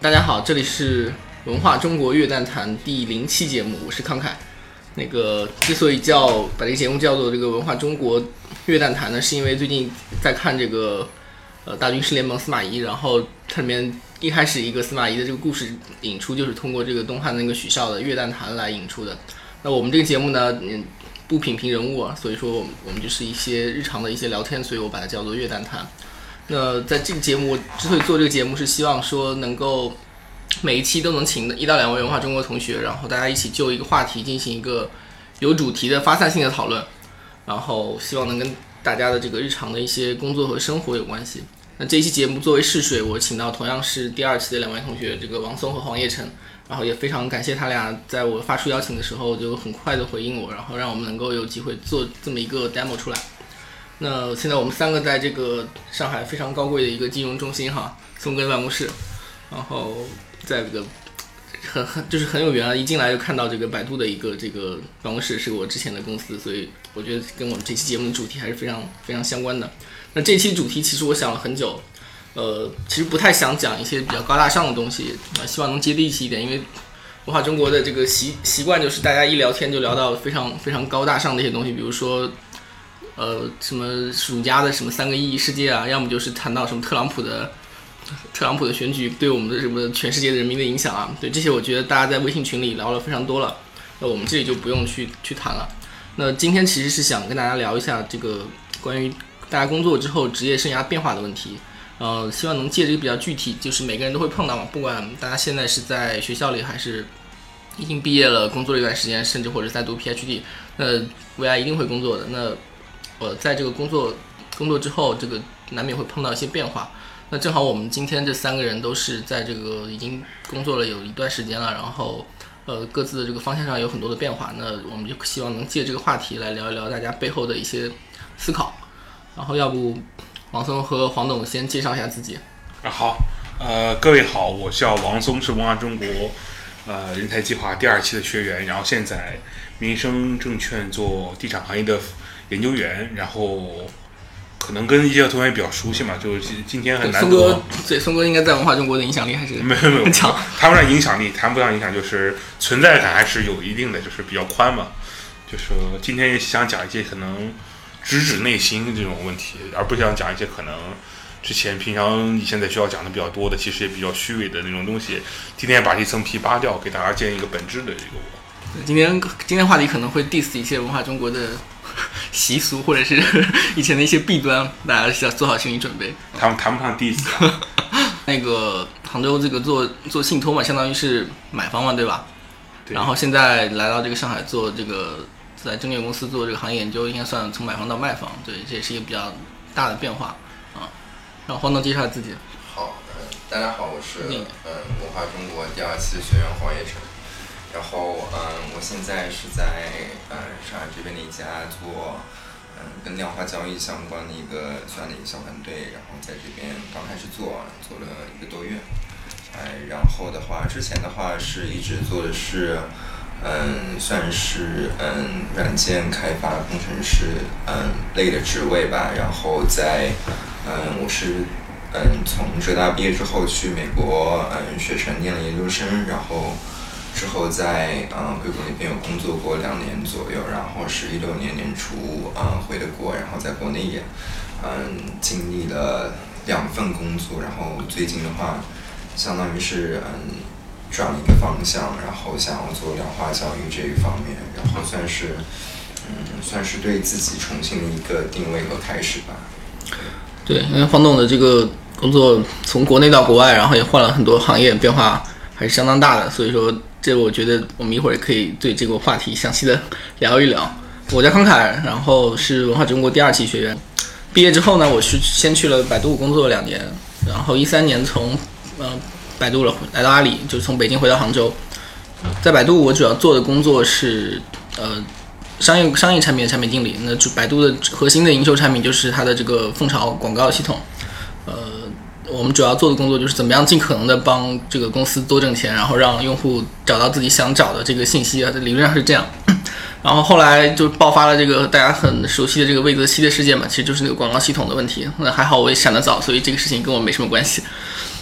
大家好，这里是文化中国乐诞谈第0期节目，我是康凯。之所以把这个节目叫做这个文化中国乐诞谈呢，是因为最近在看这个大军师联盟司马懿，然后它里面一开始一个司马懿的这个故事引出，就是通过这个东汉那个许绍的乐诞谈来引出的。那我们这个节目呢，不品评人物啊，所以说我们就是一些日常的一些聊天，所以我把它叫做乐诞谈。那在这个节目，之所以做这个节目，是希望说能够每一期都能请1到2位文化中国同学，然后大家一起就一个话题进行一个有主题的发散性的讨论，然后希望能跟大家的这个日常的一些工作和生活有关系。那这一期节目作为试水，我请到同样是第2期的2位同学，这个王松和黄叶晨，然后也非常感谢他俩在我发出邀请的时候就很快的回应我，然后让我们能够有机会做这么一个 demo 出来。那现在我们3个在这个上海非常高贵的一个金融中心哈，松根办公室，然后在这个就是很有缘啊，一进来就看到这个百度的一个这个办公室是我之前的公司，所以我觉得跟我们这期节目的主题还是非常非常相关的。那这期主题其实我想了很久，其实不太想讲一些比较高大上的东西，希望能接地气一点，因为文化中国的这个习惯就是大家一聊天就聊到非常非常高大上的一些东西，比如说什么儒家的什么3个意义世界啊，要么就是谈到什么特朗普的选举对我们的什么全世界的人民的影响啊，对这些我觉得大家在微信群里聊了非常多了，那我们这里就不用去谈了。那今天其实是想跟大家聊一下这个关于大家工作之后职业生涯变化的问题，希望能借这个比较具体，就是每个人都会碰到嘛，不管大家现在是在学校里还是已经毕业了工作了一段时间，甚至或者在读 PhD， 那未来一定会工作的。那在这个工作之后，这个难免会碰到一些变化。那正好我们今天这3个人都是在这个已经工作了有一段时间了，然后各自的这个方向上有很多的变化。那我们就希望能借这个话题来聊一聊大家背后的一些思考。然后要不王松和黄董先介绍一下自己。 好，各位好，我叫王松，是文化中国人才计划第2期的学员，然后现在民生证券做地产行业的研究员，然后可能跟一些同学比较熟悉嘛，就今天很难得。 松哥应该在文化中国的影响力还是没有很强，谈不上影响力，谈不上影响，就是存在感还是有一定的，就是比较宽嘛。就是今天也想讲一些可能直指内心这种问题，而不想讲一些可能之前平常以前在学校讲的比较多的，其实也比较虚伪的那种东西。今天把这层皮扒掉，给大家建一个本质的这个。 今天话题可能会 diss 一些文化中国的习俗，或者是以前的一些弊端，大家是要做好心理准备。 谈不上 diss 那个杭州这个做信托嘛，相当于是买方嘛，对吧？对。然后现在来到这个上海做这个在证券公司做这个行业研究，应该算从买方到卖方，对，这也是一个比较大的变化啊。让黄董介绍自己。 好，大家好，我是文化中国第2期的学员黄叶晨。然后我现在是在上海这边的一家做跟量化交易相关的一个这样的一个小团队，然后在这边刚开始做了1个多月。然后的话，之前的话是一直做的是算是软件开发工程师类的职位吧。然后我是从浙大毕业之后去美国学成念了研究生，然后之后在回国那边有工作过2年左右，然后是16年年初回的国，然后在国内也经历了2份工作，然后最近的话相当于是转了一个方向，然后想要做量化教育这一方面，然后算是对自己重新的一个定位和开始吧。 对，因为黄董的这个工作从国内到国外，然后也换了很多行业，变化还是相当大的，所以说这我觉得我们一会儿可以对这个话题详细的聊一聊。我叫康凯，然后是文化中国第2期学员。毕业之后呢，我是先去了百度工作了2年，然后13年从百度来到阿里，就是从北京回到杭州。在百度我主要做的工作是商业产品的产品经理。那百度的核心的营收产品就是它的这个蜂巢广告系统。我们主要做的工作就是怎么样尽可能的帮这个公司多挣钱，然后让用户找到自己想找的这个信息啊，理论上是这样。然后后来就爆发了这个大家很熟悉的这个魏则西的事件嘛，其实就是那个广告系统的问题。那还好我也闪得早，所以这个事情跟我没什么关系。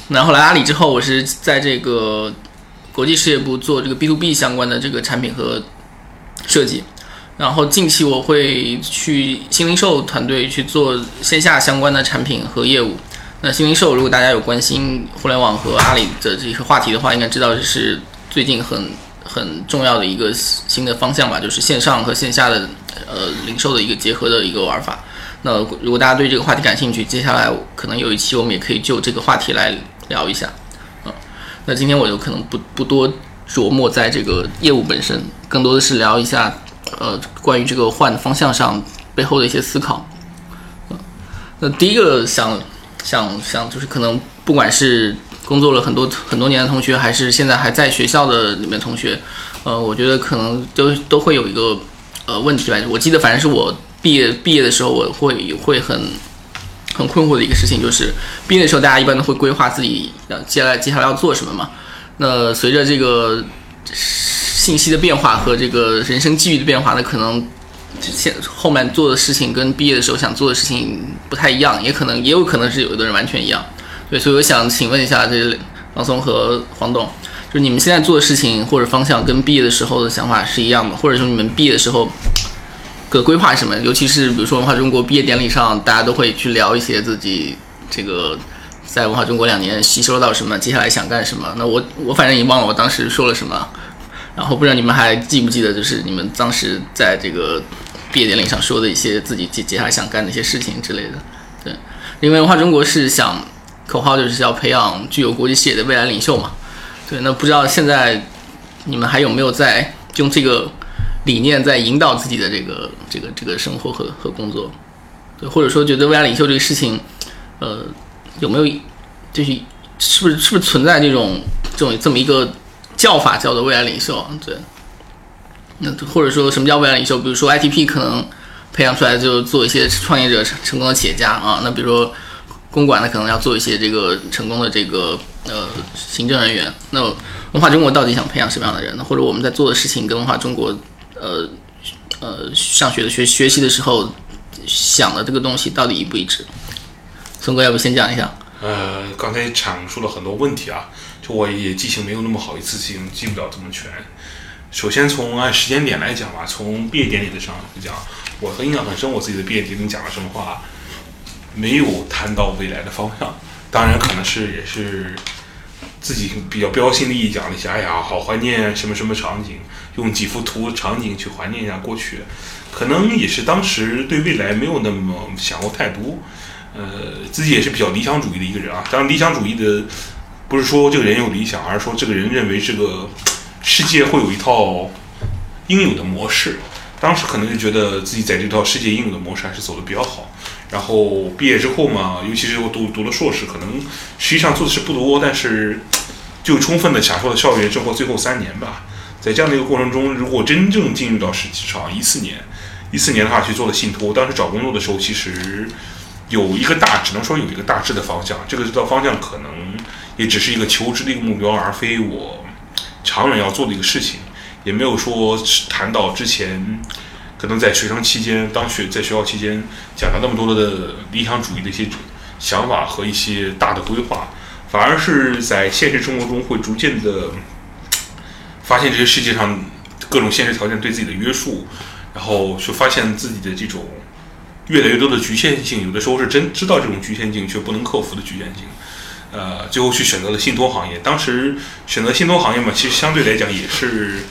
那后来阿里之后，我是在这个国际事业部做这个 B2B 相关的这个产品和设计。然后近期我会去新零售团队去做线下相关的产品和业务。那新零售如果大家有关心互联网和阿里的这些话题的话，应该知道这是最近很重要的一个新的方向吧，就是线上和线下的零售的一个结合的一个玩法。那如果大家对这个话题感兴趣，接下来可能有一期我们也可以就这个话题来聊一下。那今天我就可能不多琢磨在这个业务本身，更多的是聊一下关于这个换方向上背后的一些思考。那第一个想就是可能不管是工作了很多年的同学，还是现在还在学校的里面同学，我觉得可能都会有一个问题来。我记得反正是我毕业的时候，我会很困惑的一个事情，就是毕业的时候大家一般都会规划自己接下来要做什么嘛。那随着这个信息的变化和这个人生际遇的变化，那可能后面做的事情跟毕业的时候想做的事情不太一样，也有可能是有的人完全一样。对，所以我想请问一下这王松和黄董，就是你们现在做的事情或者方向跟毕业的时候的想法是一样的，或者说你们毕业的时候的规划是什么？尤其是比如说文化中国毕业典礼上，大家都会去聊一些自己这个在文化中国2年吸收到什么，接下来想干什么。那我反正已经忘了我当时说了什么，然后不知道你们还记不记得，就是你们当时在这个毕业典礼上说的一些自己接下来想干的一些事情之类的。对，因为文化中国是口号就是要培养具有国际视野的未来领袖嘛。对，那不知道现在你们还有没有在用这个理念在引导自己的这个生活和工作？对，或者说觉得未来领袖这个事情，有没有就是是不是存在这么一个叫法叫做未来领袖？对，那或者说什么叫未来领袖？比如说 ITP 可能培养出来就做一些创业者、成功的企业家啊。那比如说公馆呢，可能要做一些这个成功的这个行政人员。那文化中国到底想培养什么样的人呢？或者我们在做的事情跟文化中国上学的学习的时候想的这个东西到底一不一致？松哥要不先讲一下？ 刚才阐述了很多问题啊，就我也记性没有那么好，一次性记不了这么全。首先从按时间点来讲吧，从毕业典礼的上讲，我印象很深，我自己的毕业典礼讲了什么话，没有谈到未来的方向。当然可能也是自己比较标新立异讲了一下，哎呀，好怀念什么什么场景，用几幅图场景去怀念一下过去，可能也是当时对未来没有那么想过太多。自己也是比较理想主义的一个人啊。当然，理想主义的不是说这个人有理想，而是说这个人认为这个世界会有一套应有的模式。当时可能就觉得自己在这套世界应有的模式还是走得比较好。然后毕业之后嘛，尤其是我读了硕士，可能实际上做的事不多，但是就充分的享受了校园生活最后3年吧。在这样的一个过程中，如果真正进入到实际上14年的话去做了信托，当时找工作的时候其实只能说有一个大致的方向，这个方向可能也只是一个求职的一个目标，而非我长远要做的一个事情，也没有说谈到之前可能在学生期间在学校期间讲了那么多的理想主义的一些想法和一些大的规划，反而是在现实生活中会逐渐的发现这些世界上各种现实条件对自己的约束，然后就发现自己的这种越来越多的局限性，有的时候是真知道这种局限性却不能克服的局限性，最后去选择了信托行业。当时选择信托行业嘛，其实相对来讲也是，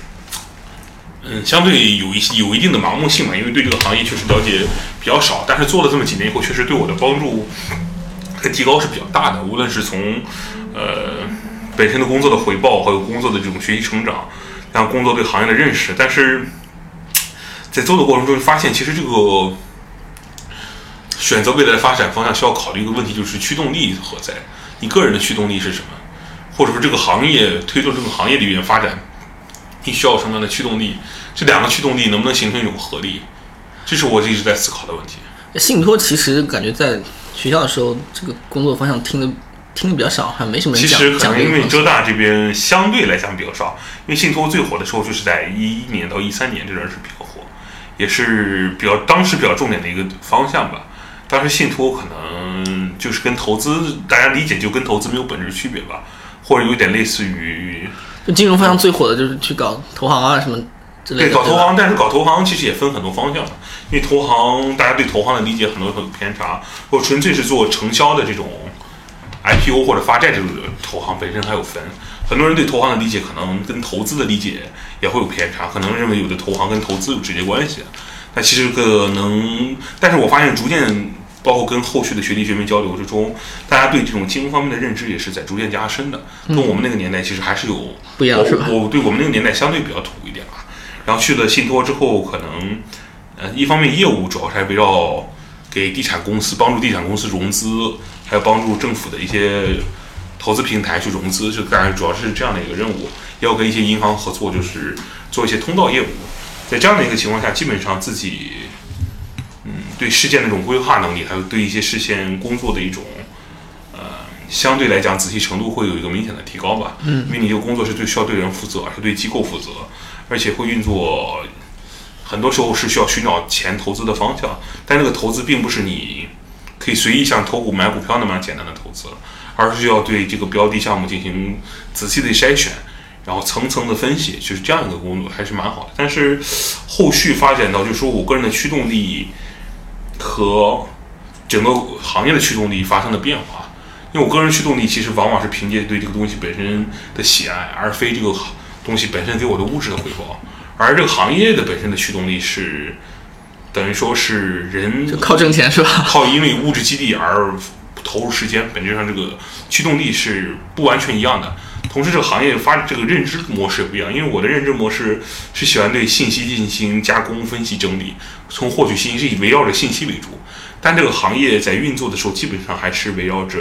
相对有一定的盲目性嘛，因为对这个行业确实了解比较少。但是做了这么几年以后，确实对我的帮助和提高是比较大的，无论是从本身的工作的回报，还有工作的这种学习成长，然后工作对行业的认识。但是在做的过程中发现，其实这个选择未来的发展方向需要考虑一个问题，就是驱动力何在？你个人的驱动力是什么？或者说这个行业推动这个行业里面发展，你需要什么样的驱动力？这两个驱动力能不能形成一种合力？这是我一直在思考的问题。 信托其实感觉在学校的时候，这个工作方向听的比较少，还没什么人讲。 其实可能因为浙大这边相对来讲比较少，因为信托最火的时候就是在2011年到2013年这段是比较火，也是当时比较重点的一个方向吧。当时信托可能就是跟投资大家理解就跟投资没有本质区别吧，或者有点类似于， 就金融方向最火的就是去搞投行啊什么之类的。 对，搞投行，但是搞投行其实也分很多方向，因为投行大家对投行的理解很多很偏差，或者纯粹是做承销的这种 IPO 或者发债这种投行本身还有分。很多人对投行的理解可能跟投资的理解也会有偏差，可能认为有的投行跟投资有直接关系，但其实但是我发现逐渐，包括跟后续的学弟学妹交流之中，大家对这种金融方面的认知也是在逐渐加深的，跟我们那个年代其实还是有不一样，是吧？ 我对我们那个年代相对比较土一点吧。然后去了信托之后，可能一方面业务主要是还围绕给地产公司帮助地产公司融资，还有帮助政府的一些投资平台去融资，就当然主要是这样的一个任务，要跟一些银行合作，就是做一些通道业务。在这样的一个情况下，基本上自己对事件的这种规划能力，还有对一些事件工作的一种相对来讲仔细程度会有一个明显的提高吧。因为你这个工作是需要对人负责，而是对机构负责，而且会运作，很多时候是需要寻找钱投资的方向，但这个投资并不是你可以随意像投股买股票那么简单的投资，而是要对这个标的项目进行仔细的筛选，然后层层的分析，就是这样一个工作还是蛮好的。但是后续发展到就是说我个人的驱动力和整个行业的驱动力发生了变化，因为我个人驱动力其实往往是凭借对这个东西本身的喜爱，而非这个东西本身给我的物质的回报。而这个行业的本身的驱动力是等于说是人就靠挣钱是吧？ 靠因为物质激励而投入时间，本质上这个驱动力是不完全一样的。同时这个行业这个认知模式也不一样，因为我的认知模式是喜欢对信息进行加工、分析、整理，从获取信息是以围绕着信息为主，但这个行业在运作的时候基本上还是围绕着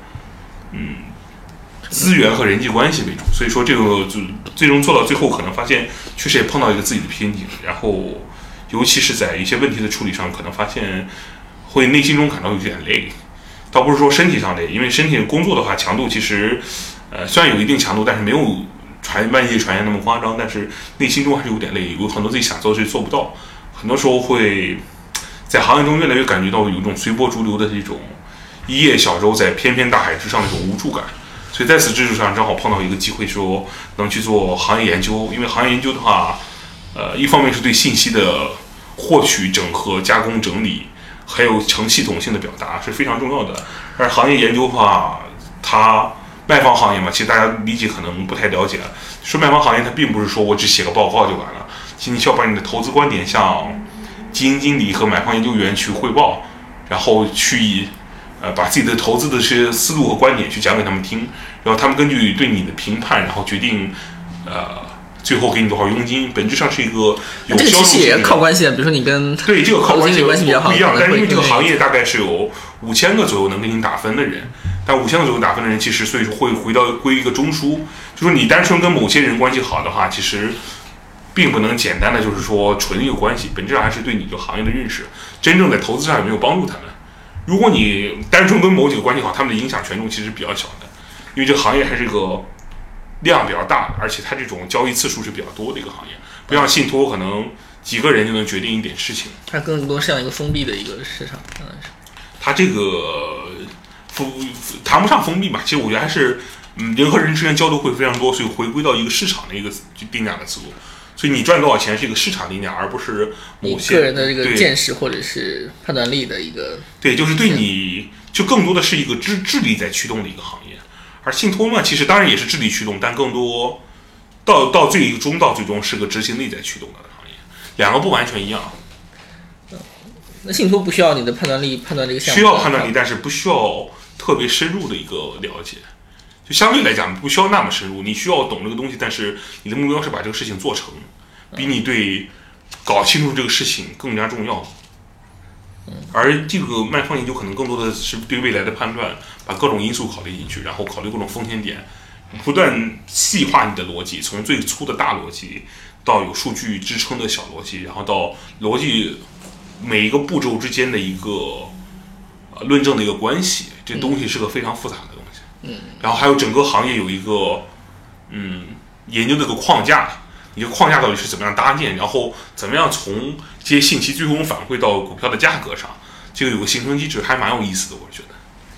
资源和人际关系为主，所以说这个就最终做到最后，可能发现确实也碰到一个自己的瓶颈，然后尤其是在一些问题的处理上，可能发现会内心中感到有点累，倒不是说身体上累，因为身体工作的话强度其实虽然有一定强度，但是没有外界传言那么夸张，但是内心中还是有点累，有很多自己想做的事做不到，很多时候会在行业中越来越感觉到有一种随波逐流的这种一叶小舟在翩翩大海之上的这种无助感。所以在此基础上正好碰到一个机会，说能去做行业研究。因为行业研究的话，一方面是对信息的获取、整合、加工、整理，还有成系统性的表达是非常重要的。而行业研究的话，它卖方行业嘛，其实大家理解可能不太了解。说卖方行业，它并不是说我只写个报告就完了，其实你需要把你的投资观点向基金经理和买方研究员去汇报，然后去把自己的投资的这些思路和观点去讲给他们听，然后他们根据对你的评判，然后决定最后给你多少佣金。本质上是一个有销售。这个其实也靠关系，比如说你跟对这个靠关系比较好不一样，但是因为这个行业大概是有5000个左右能给你打分的人，但5000个左右打分的人，其实所以说会归一个中枢，就说你单纯跟某些人关系好的话，其实并不能简单的就是说纯一个关系，本质上还是对你这个行业的认识，真正在投资上有没有帮助他们。如果你单纯跟某几个关系好，他们的影响权重其实比较小的，因为这个行业还是个量比较大的，而且它这种交易次数是比较多的一个行业，不像信托可能几个人就能决定一点事情。 它更多像一个封闭的一个市场， 它这个谈不上封闭吧，其实我觉得还是人和人之间交流会非常多，所以回归到一个市场的一个定价的思路。所以你赚多少钱是一个市场定价，而不是某些个人的这个见识或者是判断力的一个。 对，就是对你就更多的是一个智力在驱动的一个行业。而信托嘛，其实当然也是智力驱动，但更多到最终是个执行力在驱动的行业，两个不完全一样。 那信托不需要你的判断力判断这个项目？ 需要判断力，但是不需要特别深入的一个了解。就相对来讲不需要那么深入，你需要懂这个东西，但是你的目标是把这个事情做成，比你对搞清楚这个事情更加重要。而这个卖方研究可能更多的是对未来的判断，把各种因素考虑进去，然后考虑各种风险点，不断细化你的逻辑，从最粗的大逻辑到有数据支撑的小逻辑，然后到逻辑每一个步骤之间的一个论证的一个关系，这东西是个非常复杂的东西。然后还有整个行业有一个研究的一个框架，你的框架到底是怎么样搭建，然后怎么样从这些信息最终反馈到股票的价格上，这个有个形成机制，还蛮有意思的，我觉得。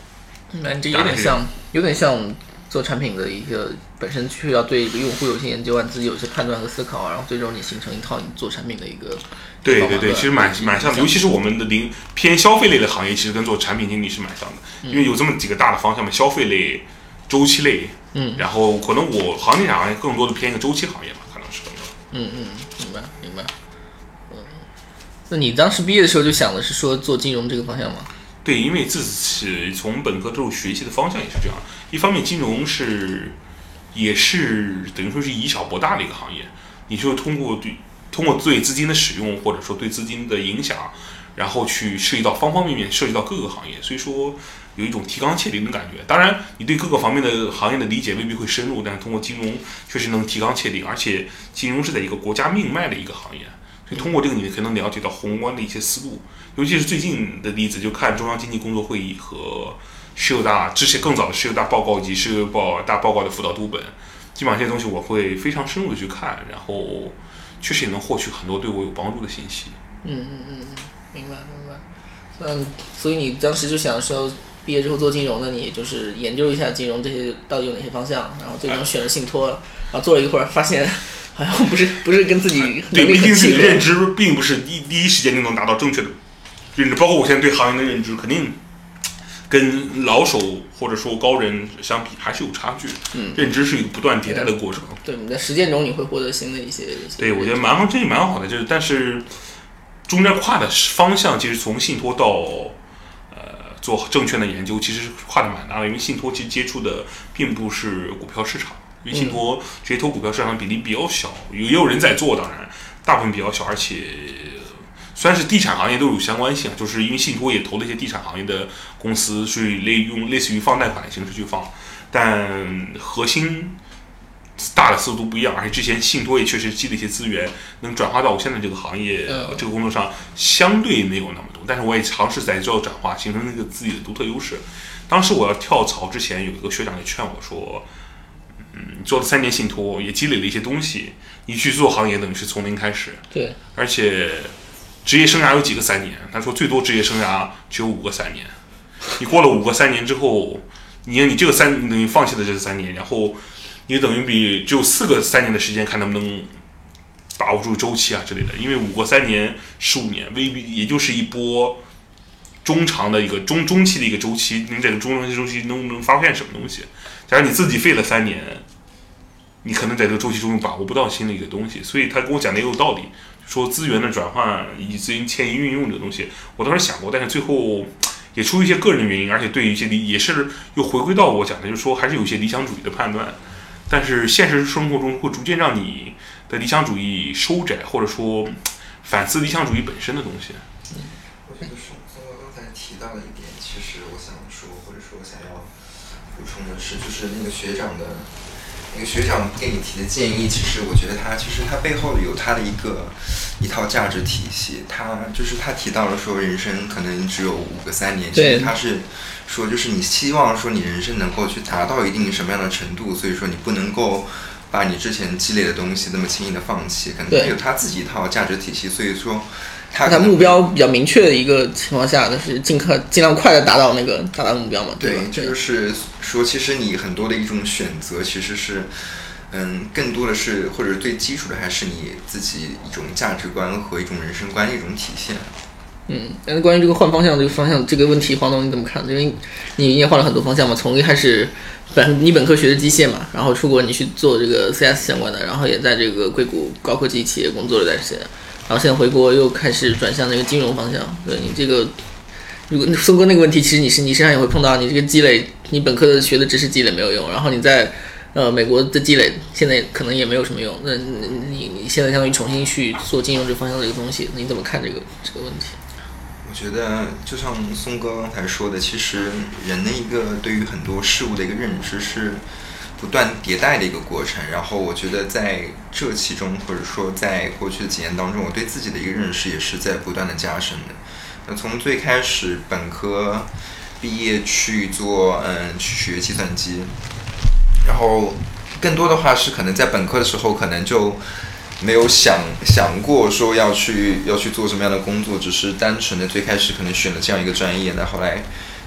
那这有点像做产品的一个本身需要对一个用户有些研究啊，自己有些判断和思考，然后最终你形成一套你做产品的一个。 对，其实蛮像的，尤其是我们的偏消费类的行业，其实跟做产品经理是蛮像的，因为有这么几个大的方向嘛，消费类、周期类，然后可能我行业更多的偏一个周期行业吧，可能是更多。 明白。那你当时毕业的时候就想的是说做金融这个方向吗？ 对，因为自己从本科之后学习的方向也是这样。一方面，金融也是等于说是以小博大的一个行业，你就通过对资金的使用，或者说对资金的影响，然后去涉及到方方面面，涉及到各个行业，所以说有一种提纲挈领的感觉。当然，你对各个方面的行业的理解未必会深入，但是通过金融确实能提纲挈领，而且金融是在一个国家命脉的一个行业。所以通过这个，你可能了解到宏观的一些思路，尤其是最近的例子，就看中央经济工作会议和十九大之前更早的十九大报告以及十九大报告的辅导读本，基本上这些东西我会非常深入的去看，然后确实也能获取很多对我有帮助的信息。 明白。所以你当时就想说，毕业之后做金融，那你就是研究一下金融这些到底有哪些方向，然后最终选了信托，然后做了一会儿，发现好像不是跟自己对，毕竟自己的认知并不是第一时间就能达到正确的认知，包括我现在对行业的认知，肯定跟老手或者说高人相比还是有差距。认知是一个不断迭代的过程。 对，你在实践中你会获得新的一些。 对，我觉得这也蛮好的，但是中间跨的方向，其实从信托到做证券的研究，其实跨的蛮大的，因为信托其实接触的并不是股票市场。因为信托直接投股票市场比例比较小，也有人在做，当然大部分比较小，而且虽然是地产行业都有相关性，就是因为信托也投了一些地产行业的公司，所以用类似于放贷款的形式去放，但核心大的思路都不一样，而且之前信托也确实积了一些资源，能转化到我现在这个行业这个工作上，相对没有那么多，但是我也尝试在做转化，形成那个自己的独特优势。当时我要跳槽之前，有一个学长也劝我说，你做了3年信托，也积累了一些东西，你去做行业等于是从零开始。 对， 而且职业生涯有几个3年？他说最多职业生涯只有5个3年。你过了5个3年之后，你这个你等于放弃了这3年，然后你等于比只有4个3年的时间，看能不能把握住周期啊之类的。因为5个3年、15年，未必也就是一波中长的一个中期的一个周期。你在中长期周期能发现什么东西？假如你自己废了3年，你可能在这个周期中把握不到新的一个东西。所以他跟我讲的也有道理，说资源的转换以及资源迁移运用这个东西，我当时想过，但是最后也出于一些个人原因，而且对于一些也是又回归到我讲的，就是说还是有一些理想主义的判断，但是现实生活中会逐渐让你的理想主义收窄，或者说反思理想主义本身的东西。 我觉得松哥刚才提到的一点，其实我想说，或者说想要补充的是，就是那个学长给你提的建议，其实我觉得他背后有他的一套价值体系。他提到了说，人生可能只有5个3年，其实他是说，就是你希望说你人生能够去达到一定什么样的程度，所以说你不能够把你之前积累的东西那么轻易的放弃，可能他有他自己一套价值体系，所以说他目标比较明确的一个情况下，但是尽量快的达到目标嘛。 对，这就是说，其实你很多的一种选择，其实是更多的是或者最基础的还是你自己一种价值观和一种人生观的一种体现。 但是关于这个换方向这个问题，黄总你怎么看？因为你也换了很多方向嘛，从一开始你本科学的机械嘛，然后出国你去做这个 CS 相关的，然后也在这个硅谷高科技企业工作了一段时间，然后现在回国又开始转向那个金融方向。对你这个，如果松哥那个问题，其实你身上也会碰到，你这个积累，你本科的学的知识积累没有用，然后你在美国的积累现在可能也没有什么用。那你现在相当于重新去做金融这方向的一个东西，你怎么看这个问题？ 我觉得就像松哥刚才说的，其实人的一个对于很多事物的一个认知是不断迭代的一个过程。然后我觉得在这其中，或者说在过去的几年当中，我对自己的一个认识也是在不断的加深的。那从最开始本科毕业去学计算机，然后更多的话是可能在本科的时候可能就没有想过说要去做什么样的工作，只是单纯的最开始可能选了这样一个专业，那后来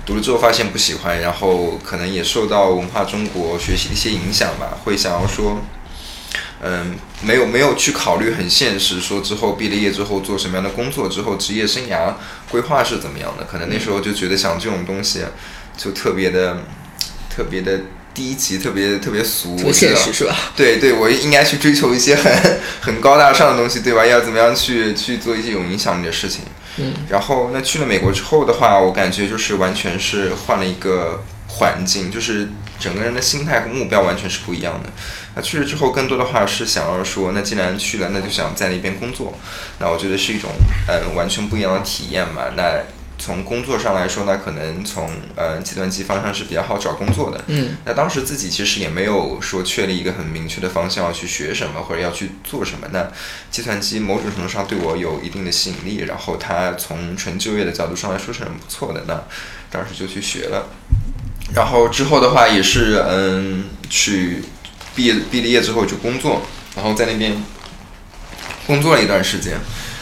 读了之后发现不喜欢，然后可能也受到文化中国学习的一些影响吧，会想要说，没有去考虑很现实，说之后毕了业之后做什么样的工作，之后职业生涯规划是怎么样的。可能那时候就觉得想这种东西就特别的低级，特别俗， 特别现实是吧？ 对，我应该去追求一些很高大上的东西，对吧？要怎么样去做一些有影响力的事情。然后那去了美国之后的话，我感觉就是完全是换了一个环境，就是整个人的心态和目标完全是不一样的。那去了之后，更多的话是想要说，那既然去了，那就想在那边工作。那我觉得是一种完全不一样的体验嘛。那从工作上来说呢，可能从计算机方向是比较好找工作的。那当时自己其实也没有说确立一个很明确的方向要去学什么或者要去做什么。那计算机某种程度上对我有一定的吸引力，然后它从纯就业的角度上来说是很不错的。那当时就去学了。然后之后的话也是去毕了业之后就工作，然后在那边工作了一段时间。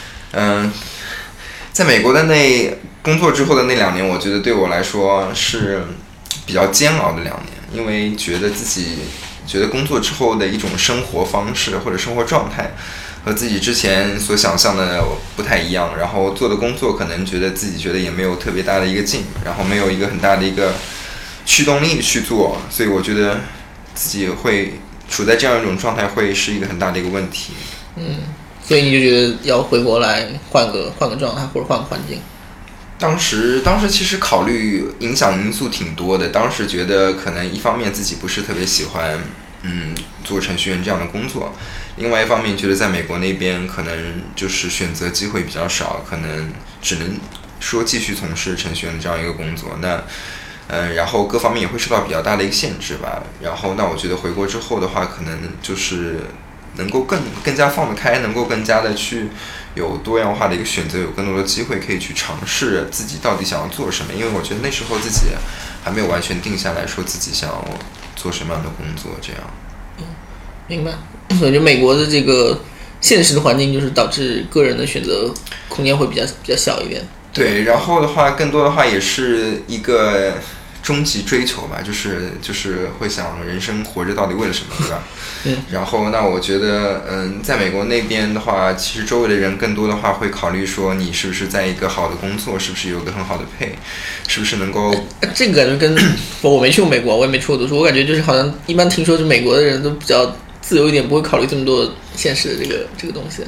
在美国的工作之后的那2年，我觉得对我来说是比较煎熬的2年，因为觉得工作之后的一种生活方式或者生活状态和自己之前所想象的不太一样，然后做的工作可能自己觉得也没有特别大的一个劲，然后没有一个很大的一个驱动力去做，所以我觉得自己会处在这样一种状态会是一个很大的一个问题。 所以你就觉得要回国来换个状态或者换个环境？ 当时其实考虑影响因素挺多的。当时觉得可能一方面自己不是特别喜欢做程序员这样的工作，另外一方面觉得在美国那边可能就是选择机会比较少，可能只能说继续从事程序员的这样一个工作。那然后各方面也会受到比较大的一个限制吧。然后那我觉得回国之后的话，可能就是能够更加放得开，能够更加的去有多样化的一个选择，有更多的机会可以去尝试自己到底想要做什么。因为我觉得那时候自己还没有完全定下来说自己想要做什么样的工作，这样。 明白。我觉得美国的这个现实的环境就是导致个人的选择空间会比较小一点。 对，然后的话更多的话也是一个终极追求吧，就是会想人生活着到底为了什么，对吧？然后那我觉得在美国那边的话，其实周围的人更多的话会考虑说你是不是在一个好的工作，是不是有个很好的配，是不是能够这个感觉跟我没去过美国，我也没出过读书，我感觉就是好像一般听说就美国的人都比较自由一点，不会考虑这么多现实的这个东西。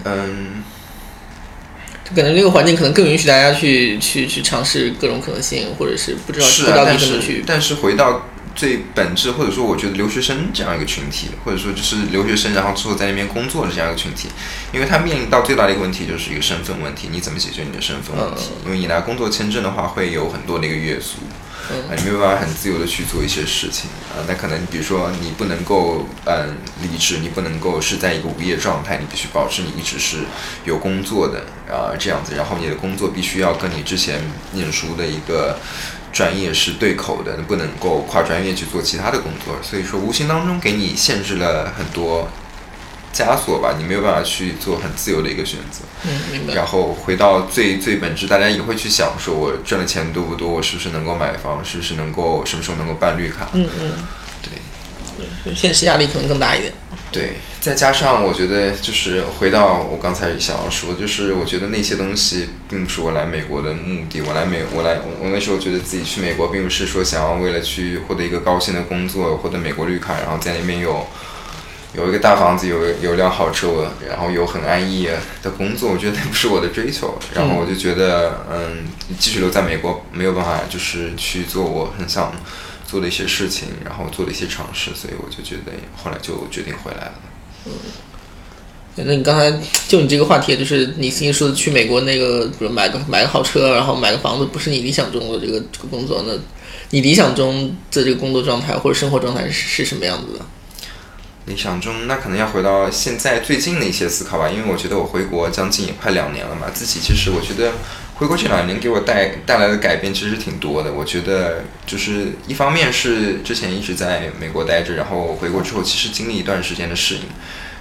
就可能这个环境可能更允许大家去尝试各种可能性，或者是不知道底怎么去。 但是回到最本质，或者说我觉得留学生这样一个群体，或者说就是留学生然后之后在那边工作的这样一个群体，因为他面临到最大的一个问题就是一个身份问题，你怎么解决你的身份问题？因为你拿工作签证的话会有很多的一个约束。你没有办法很自由的去做一些事情那可能比如说你不能够离职，你不能够是在一个无业状态，你必须保持你一直是有工作的这样子，然后你的工作必须要跟你之前念书的一个专业是对口的，你不能够跨专业去做其他的工作，所以说无形当中给你限制了很多枷锁吧，你没有办法去做很自由的一个选择。 明白。 然后回到最本质，大家也会去想说，我赚的钱多不多？我是不是能够买房？是不是能够什么时候能够办绿卡？ 对，现实压力可能更大一点。 对，再加上我觉得就是回到我刚才想要说，就是我觉得那些东西并不是我来美国的目的。我那时候觉得自己去美国，并不是说想要为了去获得一个高薪的工作，获得美国绿卡，然后在那边有一个大房子，有辆好车，然后有很安逸的工作，我觉得那不是我的追求。然后我就觉得，继续留在美国没有办法，就是去做我很想做的一些事情，然后做了一些尝试，所以我就觉得后来就决定回来了。 那你刚才就你这个话题，就是你新说的去美国那个，比如买个好车，然后买个房子，不是你理想中的这个工作，那你理想中的这个工作状态或者生活状态是什么样子的？ 理想中那可能要回到现在最近的一些思考吧，因为我觉得我回国将近也快2年了嘛，自己其实我觉得回国这2年给我带来的改变其实挺多的。我觉得就是一方面是之前一直在美国待着，然后回国之后其实经历一段时间的适应，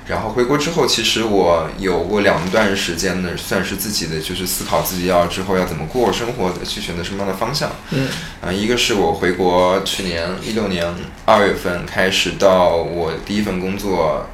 然后回国之后，其实我有过2段时间的，算是自己的，就是思考自己之后要怎么过生活的，去选择什么样的方向。一个是我回国去年16年2月份开始到我第一份工作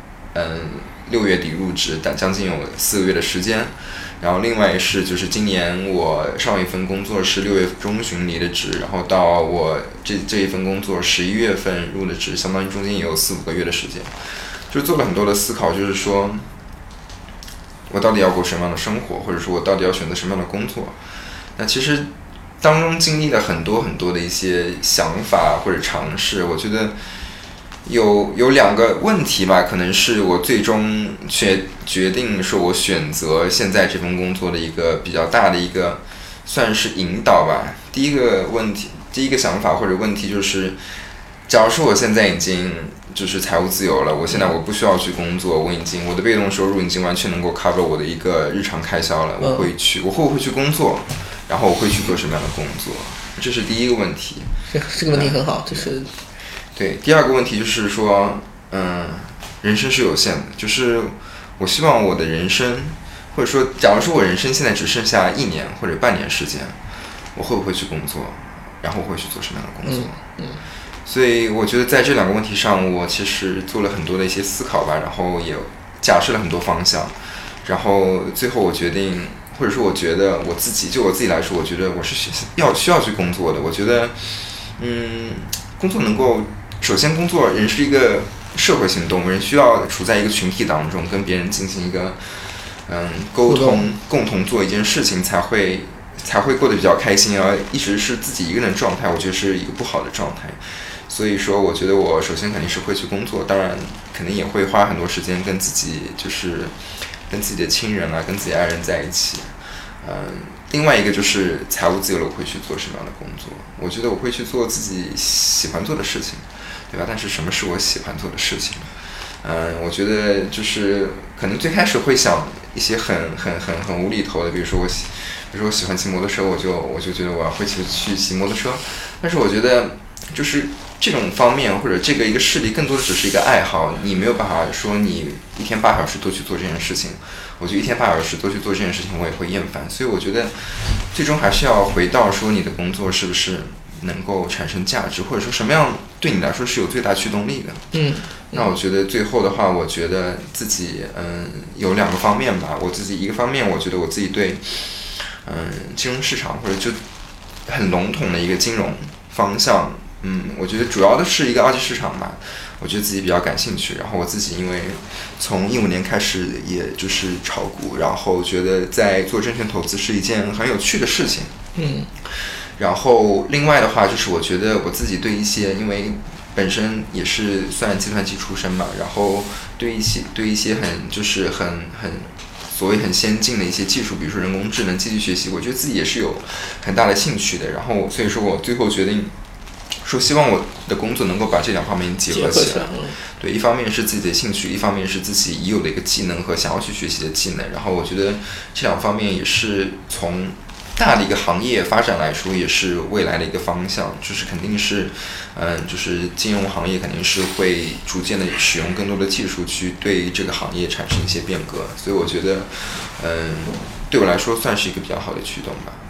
，6月底入职，但将近有4个月的时间。然后另外是就是今年我上一份工作是6月中旬离的职，然后到我这一份工作11月份入的职，相当于中间也有4-5个月的时间。就做了很多的思考，就是说我到底要过什么样的生活，或者说我到底要选择什么样的工作。那其实当中经历了很多很多的一些想法或者尝试，我觉得有2个问题吧，可能是我最终决定说我选择现在这份工作的一个比较大的一个算是引导吧。第一个想法或者问题就是，假如说我现在已经就是财务自由了，我现在我不需要去工作，我的被动收入已经完全能够 cover 我的一个日常开销了，我会不会去工作，然后我会去做什么样的工作，这是第一个问题。 这个问题很好，就是对。第二个问题就是说，人生是有限的，就是我希望我的人生，或者说假如说我人生现在只剩下1年或者半年时间，我会不会去工作，然后我会去做什么样的工作。所以我觉得在这2个问题上，我其实做了很多的一些思考吧，然后也假设了很多方向，然后最后我决定，或者说我觉得我自己来说，我觉得我是需要去工作的。我觉得，工作能够，首先工作，人是一个社会性动物，人需要处在一个群体当中，跟别人进行一个沟通，共同做一件事情，才会过得比较开心，而一直是自己一个人的状态，我觉得是一个不好的状态。所以说我觉得我首先肯定是会去工作，当然肯定也会花很多时间跟自己的亲人跟自己爱人在一起。另外一个就是财务自由了，我会去做什么样的工作？我觉得我会去做自己喜欢做的事情，对吧？但是什么是我喜欢做的事情？我觉得就是可能最开始会想一些很无厘头的，比如说我喜欢骑摩托车，我就觉得我会去骑摩托车。但是我觉得就是这种方面或者这个一个事例，更多的只是一个爱好，你没有办法说你1天8小时都去做这件事情。我觉得1天8小时都去做这件事情，我也会厌烦。所以我觉得最终还是要回到说你的工作是不是能够产生价值，或者说什么样对你来说是有最大驱动力的。那我觉得最后的话，我觉得自己有2个方面吧。我自己一个方面，我觉得我自己对金融市场或者就很笼统的一个金融方向，我觉得主要的是一个二级市场吧，我觉得自己比较感兴趣。然后我自己因为从15年开始，也就是炒股，然后觉得在做证券投资是一件很有趣的事情。然后另外的话，就是我觉得我自己对一些，因为本身也是算计算机出身嘛，然后对一些很所谓很先进的一些技术，比如说人工智能、机器学习，我觉得自己也是有很大的兴趣的。然后所以说我最后决定说，希望我的工作能够把这2方面结合起来。对，一方面是自己的兴趣，一方面是自己已有的一个技能和想要去学习的技能。然后我觉得这2方面也是从大的一个行业发展来说，也是未来的一个方向，就是肯定是，就是金融行业肯定是会逐渐的使用更多的技术去对这个行业产生一些变革，所以我觉得，对我来说算是一个比较好的驱动吧。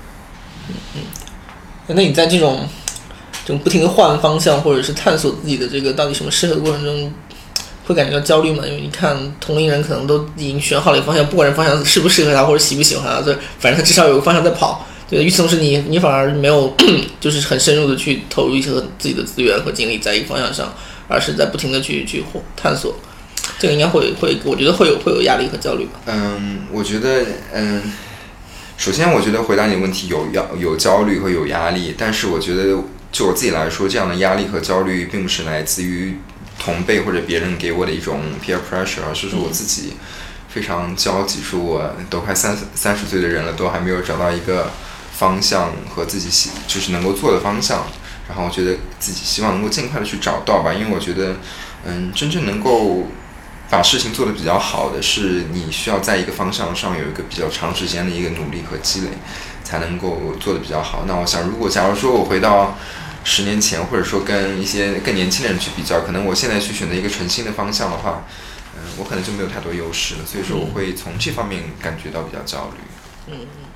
那你在这种不停的换方向，或者是探索自己的这个到底什么适合的过程中，会感觉到焦虑吗？因为你看同龄人可能都已经选好了一个方向，不管这方向适不适合他或者喜不喜欢他，反正他至少有个方向在跑。对，与此同时你反而没有就是很深入的去投入一些自己的资源和精力在一个方向上，而是在不停的去探索。这个应该会我觉得会有压力和焦虑吧。 我觉得首先我觉得回答你的问题，有焦虑和有压力，但是我觉得就我自己来说，这样的压力和焦虑并不是来自于同辈或者别人给我的一种 peer pressure， 而是说我自己非常焦急，说我都快30岁的人了，都还没有找到一个方向和自己就是能够做的方向。然后我觉得自己希望能够尽快的去找到吧，因为我觉得真正能够把事情做得比较好的是你需要在一个方向上有一个比较长时间的一个努力和积累，才能够做得比较好。那我想假如说我回到10年前，或者说跟一些更年轻的人去比较，可能我现在去选择一个全新的方向的话， 我可能就没有太多优势了，所以说我会从这方面感觉到比较焦虑。 嗯。